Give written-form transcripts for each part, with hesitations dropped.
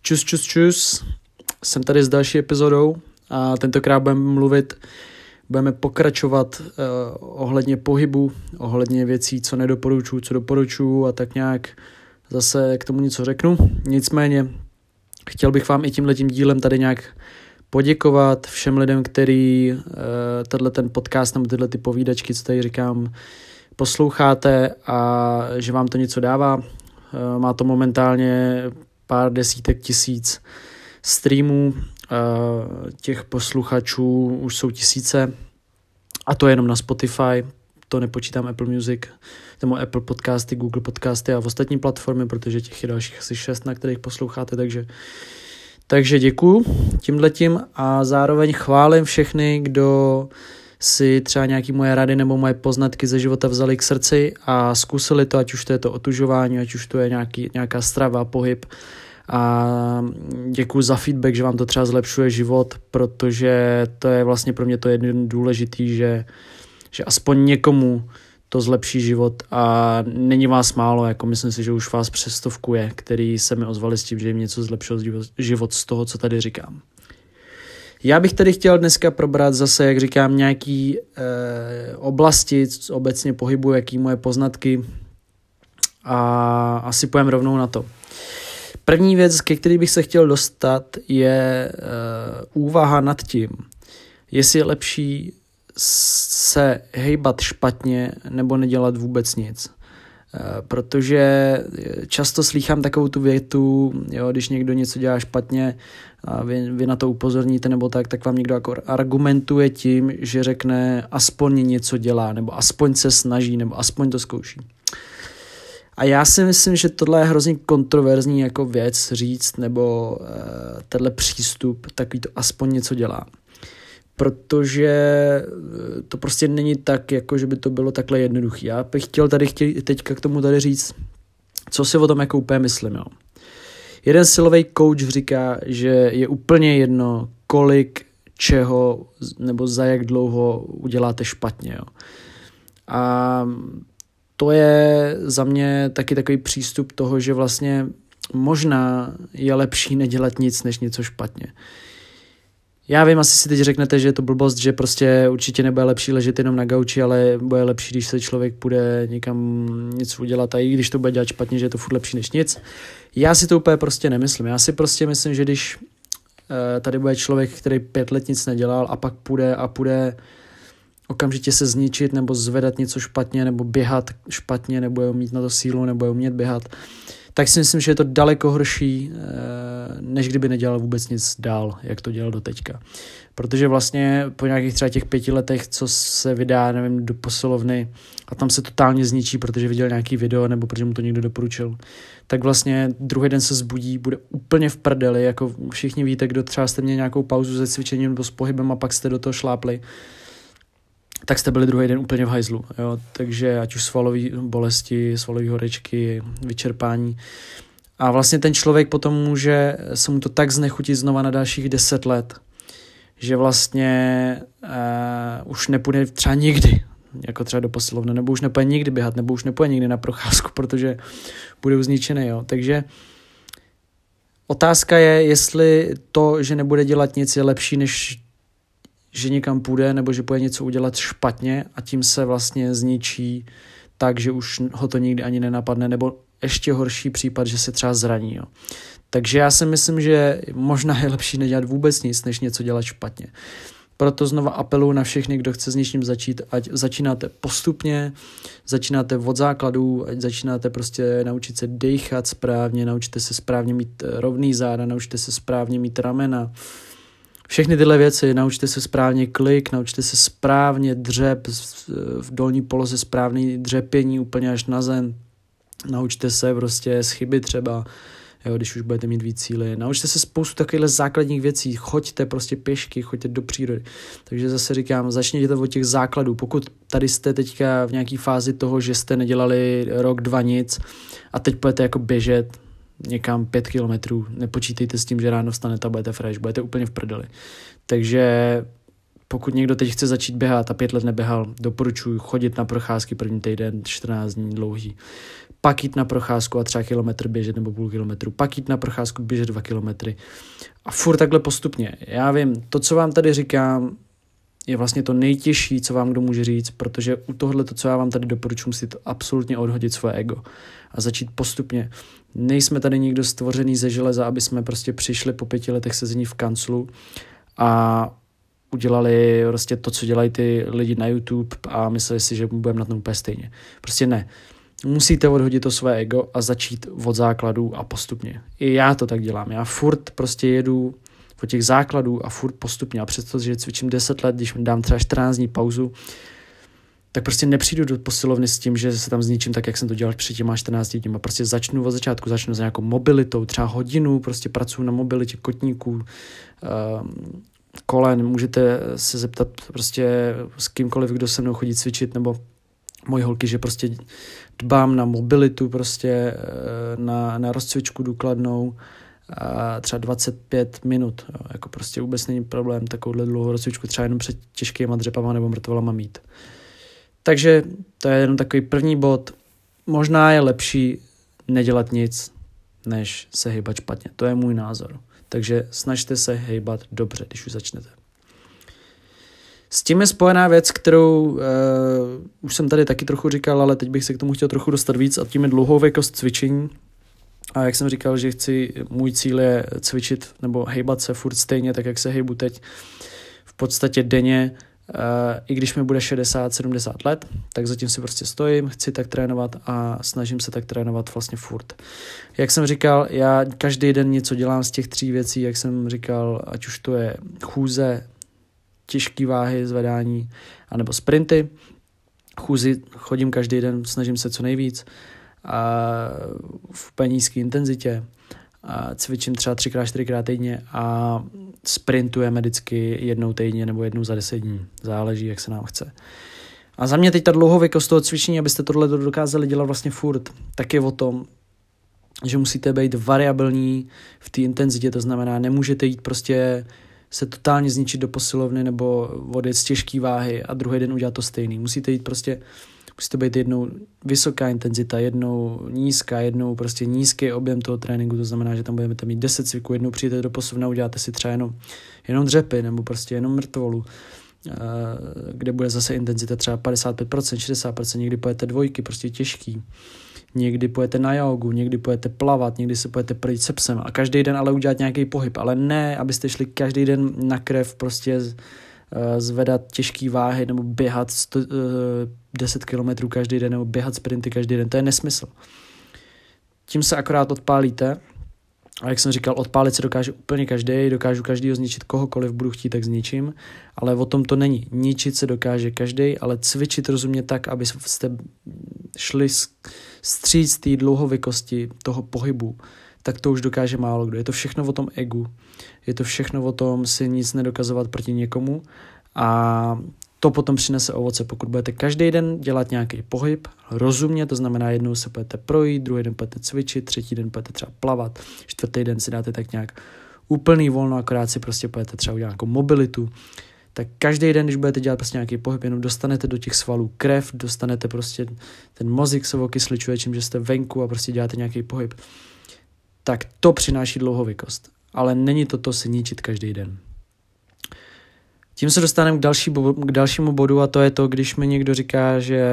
Čus. Jsem tady s další epizodou a tentokrát budeme pokračovat ohledně pohybu, ohledně věcí, co nedoporučuju, co doporučuju a tak nějak zase k tomu něco řeknu. Nicméně chtěl bych vám i tímhletím dílem tady nějak poděkovat všem lidem, který ten podcast nebo tyhle ty povídačky, co tady říkám, posloucháte a že vám to něco dává. Má to momentálně pár desítek tisíc streamů, těch posluchačů už jsou tisíce a to je jenom na Spotify, to nepočítám Apple Music, nebo Apple Podcasty, Google Podcasty a ostatní platformy, protože těch je dalších asi 6, na kterých posloucháte, takže děkuju tímhletím a zároveň chválím všechny, kdo si třeba nějaký moje rady nebo moje poznatky ze života vzali k srdci a zkusili to, ať už to je to otužování, ať už to je nějaká strava, pohyb. A děkuji za feedback, že vám to třeba zlepšuje život, protože to je vlastně pro mě to jedno důležitý, že aspoň někomu to zlepší život a není vás málo, jako myslím si, že už vás přes 100 je, který se mi ozvali s tím, že jim něco zlepšilo život z toho, co tady říkám. Já bych tady chtěl dneska probrat zase, jak říkám, nějaký oblasti, obecně pohybu, jaký moje poznatky a asi půjdeme rovnou na to. První věc, ke který bych se chtěl dostat, je úvaha nad tím, jestli je lepší se hejbat špatně nebo nedělat vůbec nic. Protože často slýchám takovou tu větu, jo, když někdo něco dělá špatně a vy na to upozorníte nebo tak vám někdo jako argumentuje tím, že řekne aspoň něco dělá, nebo aspoň se snaží, nebo aspoň to zkouší. A já si myslím, že tohle je hrozně kontroverzní jako věc říct, nebo tenhle přístup, takový to aspoň něco dělá. Protože to prostě není tak, jako že by to bylo takhle jednoduché. Já bych chtěl teďka k tomu tady říct, co si o tom jako úplně myslím. Jo. Jeden silový coach říká, že je úplně jedno, kolik čeho nebo za jak dlouho uděláte špatně. Jo. A to je za mě taky takový přístup toho, že vlastně možná je lepší nedělat nic, než něco špatně. Já vím, asi si teď řeknete, že je to blbost, že prostě určitě nebude lepší ležet jenom na gauči, ale bude lepší, když se člověk půjde někam něco udělat a i když to bude dělat špatně, že je to furt lepší než nic. Já si to úplně prostě nemyslím. Já si prostě myslím, že když tady bude člověk, který 5 let nic nedělal a pak půjde okamžitě se zničit nebo zvedat něco špatně nebo běhat špatně, nebo mít na to sílu, nebo umět běhat, tak si myslím, že je to daleko horší, než kdyby nedělal vůbec nic dál, jak to dělal doteďka. Protože vlastně po nějakých třeba těch 5 letech, co se vydá, nevím, do posilovny a tam se totálně zničí, protože viděl nějaký video nebo protože mu to někdo doporučil, tak vlastně druhý den se zbudí, bude úplně v prdeli, jako všichni víte, kdo třeba jste měli nějakou pauzu se cvičením nebo s pohybem a pak jste do toho šlápli, tak jste byli druhý den úplně v hajzlu. Jo? Takže ať už svalové bolesti, svalové horečky, vyčerpání. A vlastně ten člověk potom může se mu to tak znechutit znova na dalších 10 let, že vlastně už nepůjde třeba nikdy, jako třeba do posilovny, nebo už nepůjde nikdy běhat, nebo už nepůjde nikdy na procházku, protože bude uzničený. Jo? Takže otázka je, jestli to, že nebude dělat nic, je lepší, než že někam půjde, nebo že půjde něco udělat špatně a tím se vlastně zničí tak, že už ho to nikdy ani nenapadne, nebo ještě horší případ, že se třeba zraní. Jo. Takže já si myslím, že možná je lepší nedělat vůbec nic, než něco dělat špatně. Proto znova apeluji na všechny, kdo chce s něčím začít, ať začínáte postupně, začínáte od základů, ať začínáte prostě naučit se dýchat správně, naučíte se správně mít rovný záda, naučíte se správně mít ramena. Všechny tyhle věci, naučte se správně klik, naučte se správně dřep, v dolní poloze správný dřepění úplně až na zem, naučte se prostě z chyby třeba, jo, když už budete mít víc síly, naučte se spoustu takových základních věcí, choďte prostě pěšky, choďte do přírody. Takže zase říkám, začněte od těch základů, pokud tady jste teďka v nějaký fázi toho, že jste nedělali rok, 2 nic a teď budete jako běžet někam 5 kilometrů, nepočítejte s tím, že ráno vstanete a budete fresh, budete úplně v prdeli. Takže Pokud někdo teď chce začít běhat a 5 let neběhal, doporučuji chodit na procházky první týden, 14 dní dlouhý. Pak jít na procházku a třeba kilometr běžet nebo půl kilometru. Pak jít na procházku běžet 2 kilometry. A furt takhle postupně. Já vím, to, co vám tady říkám, je vlastně to nejtěžší, co vám kdo může říct, protože u tohle, co já vám tady doporučuji, musíte absolutně odhodit svoje ego a začít postupně. Nejsme tady nikdo stvořený ze železa, aby jsme prostě přišli po 5 letech sezení v kanclu a udělali prostě to, co dělají ty lidi na YouTube a mysleli si, že budeme na tom úplně stejně. Prostě ne. Musíte odhodit to své ego a začít od základů a postupně. I já to tak dělám. Já furt prostě jedu od těch základů a furt postupně. A přestože cvičím 10 let, když mi dám třeba 14 dní pauzu, tak prostě nepřijdu do posilovny s tím, že se tam zničím tak, jak jsem to dělal před těma 14 dní. A prostě začnu od začátku, začnu s nějakou mobilitou, třeba hodinu, prostě pracuji na mobilitě kotníků, kolen, můžete se zeptat prostě s kýmkoliv, kdo se mnou chodí cvičit, nebo moji holky, že prostě dbám na mobilitu, prostě na rozcvičku důkladnou, a třeba 25 minut, jo, jako prostě vůbec není problém takovouhle dlouhou rozcvičku třeba jenom před těžkýma dřepama nebo mrtvolama mít. Takže to je jenom takový první bod. Možná je lepší nedělat nic, než se hejbat špatně. To je můj názor. Takže snažte se hejbat dobře, když už začnete. S tím je spojená věc, kterou už jsem tady taky trochu říkal, ale teď bych se k tomu chtěl trochu dostat víc, a tím je dlouhověkost cvičení. A jak jsem říkal, že můj cíl je cvičit nebo hejbat se furt stejně, tak jak se hejbu teď v podstatě denně, i když mi bude 60-70 let, tak zatím si prostě stojím, chci tak trénovat a snažím se tak trénovat vlastně furt. Jak jsem říkal, já každý den něco dělám z těch 3 věcí, jak jsem říkal, ať už to je chůze, těžké váhy, zvedání, anebo sprinty. Chůzi chodím každý den, snažím se co nejvíc a v úplně nízké intenzitě. A cvičím třeba 3x, 4x týdně a sprintujeme vždycky 1 týdně nebo 1 za 10 dní. Záleží, jak se nám chce. A za mě teď ta dlouhověkost toho cvičení, abyste tohle dokázali dělat vlastně furt, tak je o tom, že musíte být variabilní v té intenzitě, to znamená, nemůžete jít prostě se totálně zničit do posilovny nebo odjet z těžké váhy a druhý den udělat to stejný. Musíte být jednou vysoká intenzita, jednou nízká, jednou prostě nízký objem toho tréninku, to znamená, že tam budete mít 10 cviků, jednou přijdete do posilovny a uděláte si třeba jenom dřepy nebo prostě jenom mrtvolu, kde bude zase intenzita třeba 55%, 60%, někdy pojete dvojky, prostě těžký. Někdy pojete na jogu, někdy pojete plavat, někdy se pojete projít se psem a každý den ale udělat nějaký pohyb, ale ne, abyste šli každý den na krev prostě zvedat těžké váhy nebo běhat 10 km každý den nebo běhat sprinty každý den, to je nesmysl. Tím se akorát odpálíte a jak jsem říkal, odpálit se dokáže úplně každý, dokážu každýho zničit, kohokoliv budu chtít, tak zničím, ale o tom to není. Ničit se dokáže každý, ale cvičit rozumně tak, abyste šli vstříc té dlouhověkosti toho pohybu, tak to už dokáže málo kdo. Je to všechno o tom egu, je to všechno o tom si nic nedokazovat proti někomu a to potom přinese ovoce. Pokud budete každý den dělat nějaký pohyb rozumně, to znamená jednou se budete projít, druhý den budete cvičit, třetí den budete třeba plavat, čtvrtý den si dáte tak nějak úplný volno, akorát si prostě budete třeba udělat nějakou mobilitu, tak každý den, když budete dělat prostě nějaký pohyb, jenom dostanete do těch svalů krev, dostanete prostě ten mozek se okysličuje, čím že jste venku a prostě děláte nějaký pohyb, tak to přináší dlouhověkost. Ale není to si ničit každý den. Tím se dostaneme k dalšímu bodu a to je to, když mi někdo říká, že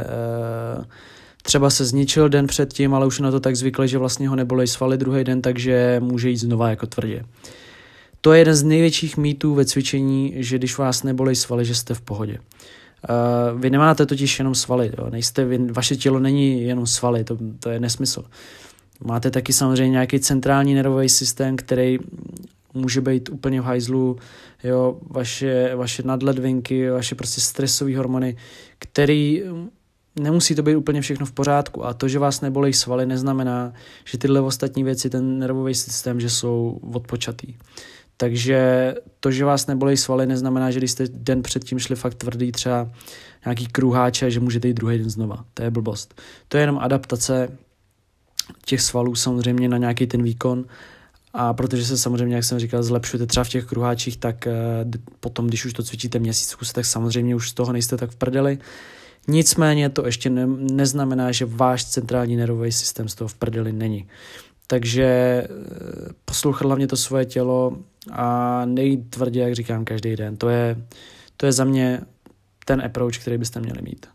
třeba se zničil den předtím, ale už na to tak zvyklý, že vlastně ho nebolej svaly druhý den, takže může jít znova jako tvrdě. To je jeden z největších mýtů ve cvičení, že když vás nebolej svaly, že jste v pohodě. Vy nemáte totiž jenom svaly, jo? Vaše tělo není jenom svaly, to je nesmysl. Máte taky samozřejmě nějaký centrální nervový systém, který může být úplně v hajzlu, jo, vaše nadledvinky, vaše prostě stresové hormony, který nemusí to být úplně všechno v pořádku a to, že vás nebolej svaly, neznamená, že tyhle ostatní věci, ten nervový systém, že jsou odpočatý. Takže to, že vás nebolej svaly, neznamená, že když jste den předtím šli fakt tvrdý třeba nějaký kruháče, že můžete jít druhý den znova. To je blbost. To je jenom adaptace těch svalů samozřejmě na nějaký ten výkon A protože se samozřejmě, jak jsem říkal, zlepšujete třeba v těch kruháčích, tak potom, když už to cvičíte měsíc, tak samozřejmě už z toho nejste tak v prdeli. Nicméně to ještě neznamená, že váš centrální nervový systém z toho v prdeli není. Takže poslouchat hlavně to svoje tělo a nejít tvrdě, jak říkám, každý den. To je za mě ten approach, který byste měli mít.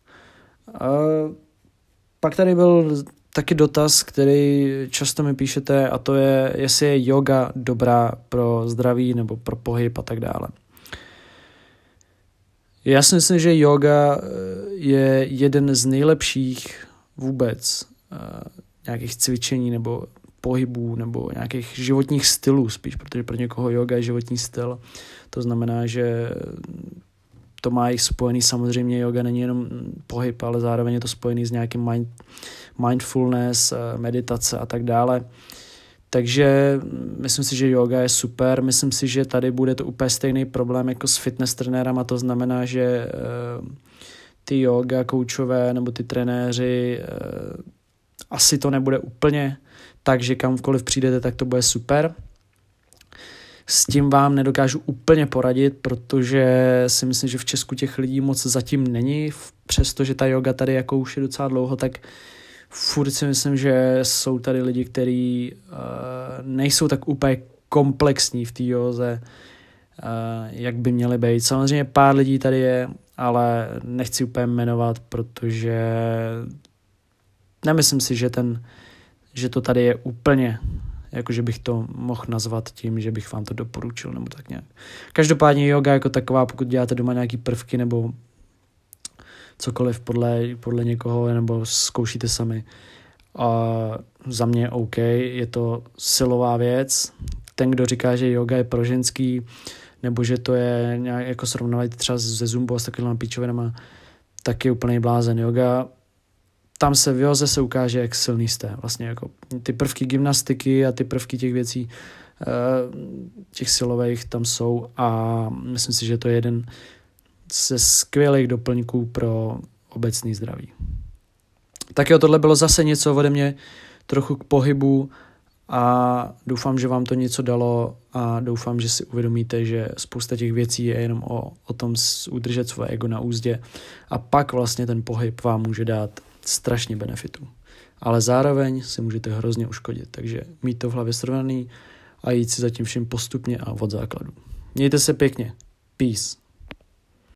Pak tady byl taky dotaz, který často mi píšete, a to je, jestli je yoga dobrá pro zdraví nebo pro pohyb a tak dále. Já si myslím, že yoga je jeden z nejlepších vůbec nějakých cvičení nebo pohybů nebo nějakých životních stylů spíš, protože pro někoho yoga je životní styl. To znamená, že to má jich spojený, samozřejmě yoga není jenom pohyb, ale zároveň je to spojený s nějakým mindfulness, meditace a tak dále. Takže myslím si, že yoga je super. Myslím si, že tady bude to úplně stejný problém jako s fitness trenérama. To znamená, že ty yoga koučové nebo ty trenéři asi to nebude úplně tak, že kamkoliv přijdete, tak to bude super. S tím vám nedokážu úplně poradit, protože si myslím, že v Česku těch lidí moc zatím není. Přestože ta yoga tady jako už je docela dlouho, tak furt si myslím, že jsou tady lidi, kteří nejsou tak úplně komplexní v té józe, jak by měli být. Samozřejmě pár lidí tady je, ale nechci úplně jmenovat, protože nemyslím si, že to tady je úplně, jakože bych to mohl nazvat tím, že bych vám to doporučil nebo tak nějak. Každopádně yoga jako taková, pokud děláte doma nějaký prvky nebo cokoliv podle někoho, nebo zkoušíte sami. A za mě OK, je to silová věc. Ten, kdo říká, že yoga je pro ženský, nebo že to je nějak jako srovnávat třeba se zumbou a s takovými píčovinama, tak je úplný blázen. Yoga, tam se v józe se ukáže, jak silný jste. Vlastně jako ty prvky gymnastiky a ty prvky těch věcí, těch silových tam jsou a myslím si, že to je jeden ze skvělých doplňků pro obecný zdraví. Tak jo, tohle bylo zase něco ode mě trochu k pohybu a doufám, že vám to něco dalo a doufám, že si uvědomíte, že spousta těch věcí je jenom o tom udržet svoje ego na úzdě a pak vlastně ten pohyb vám může dát strašně benefitů. Ale zároveň si můžete hrozně uškodit, takže mít to v hlavě srovnaný a jít si za tím vším postupně a od základu. Mějte se pěkně. Peace.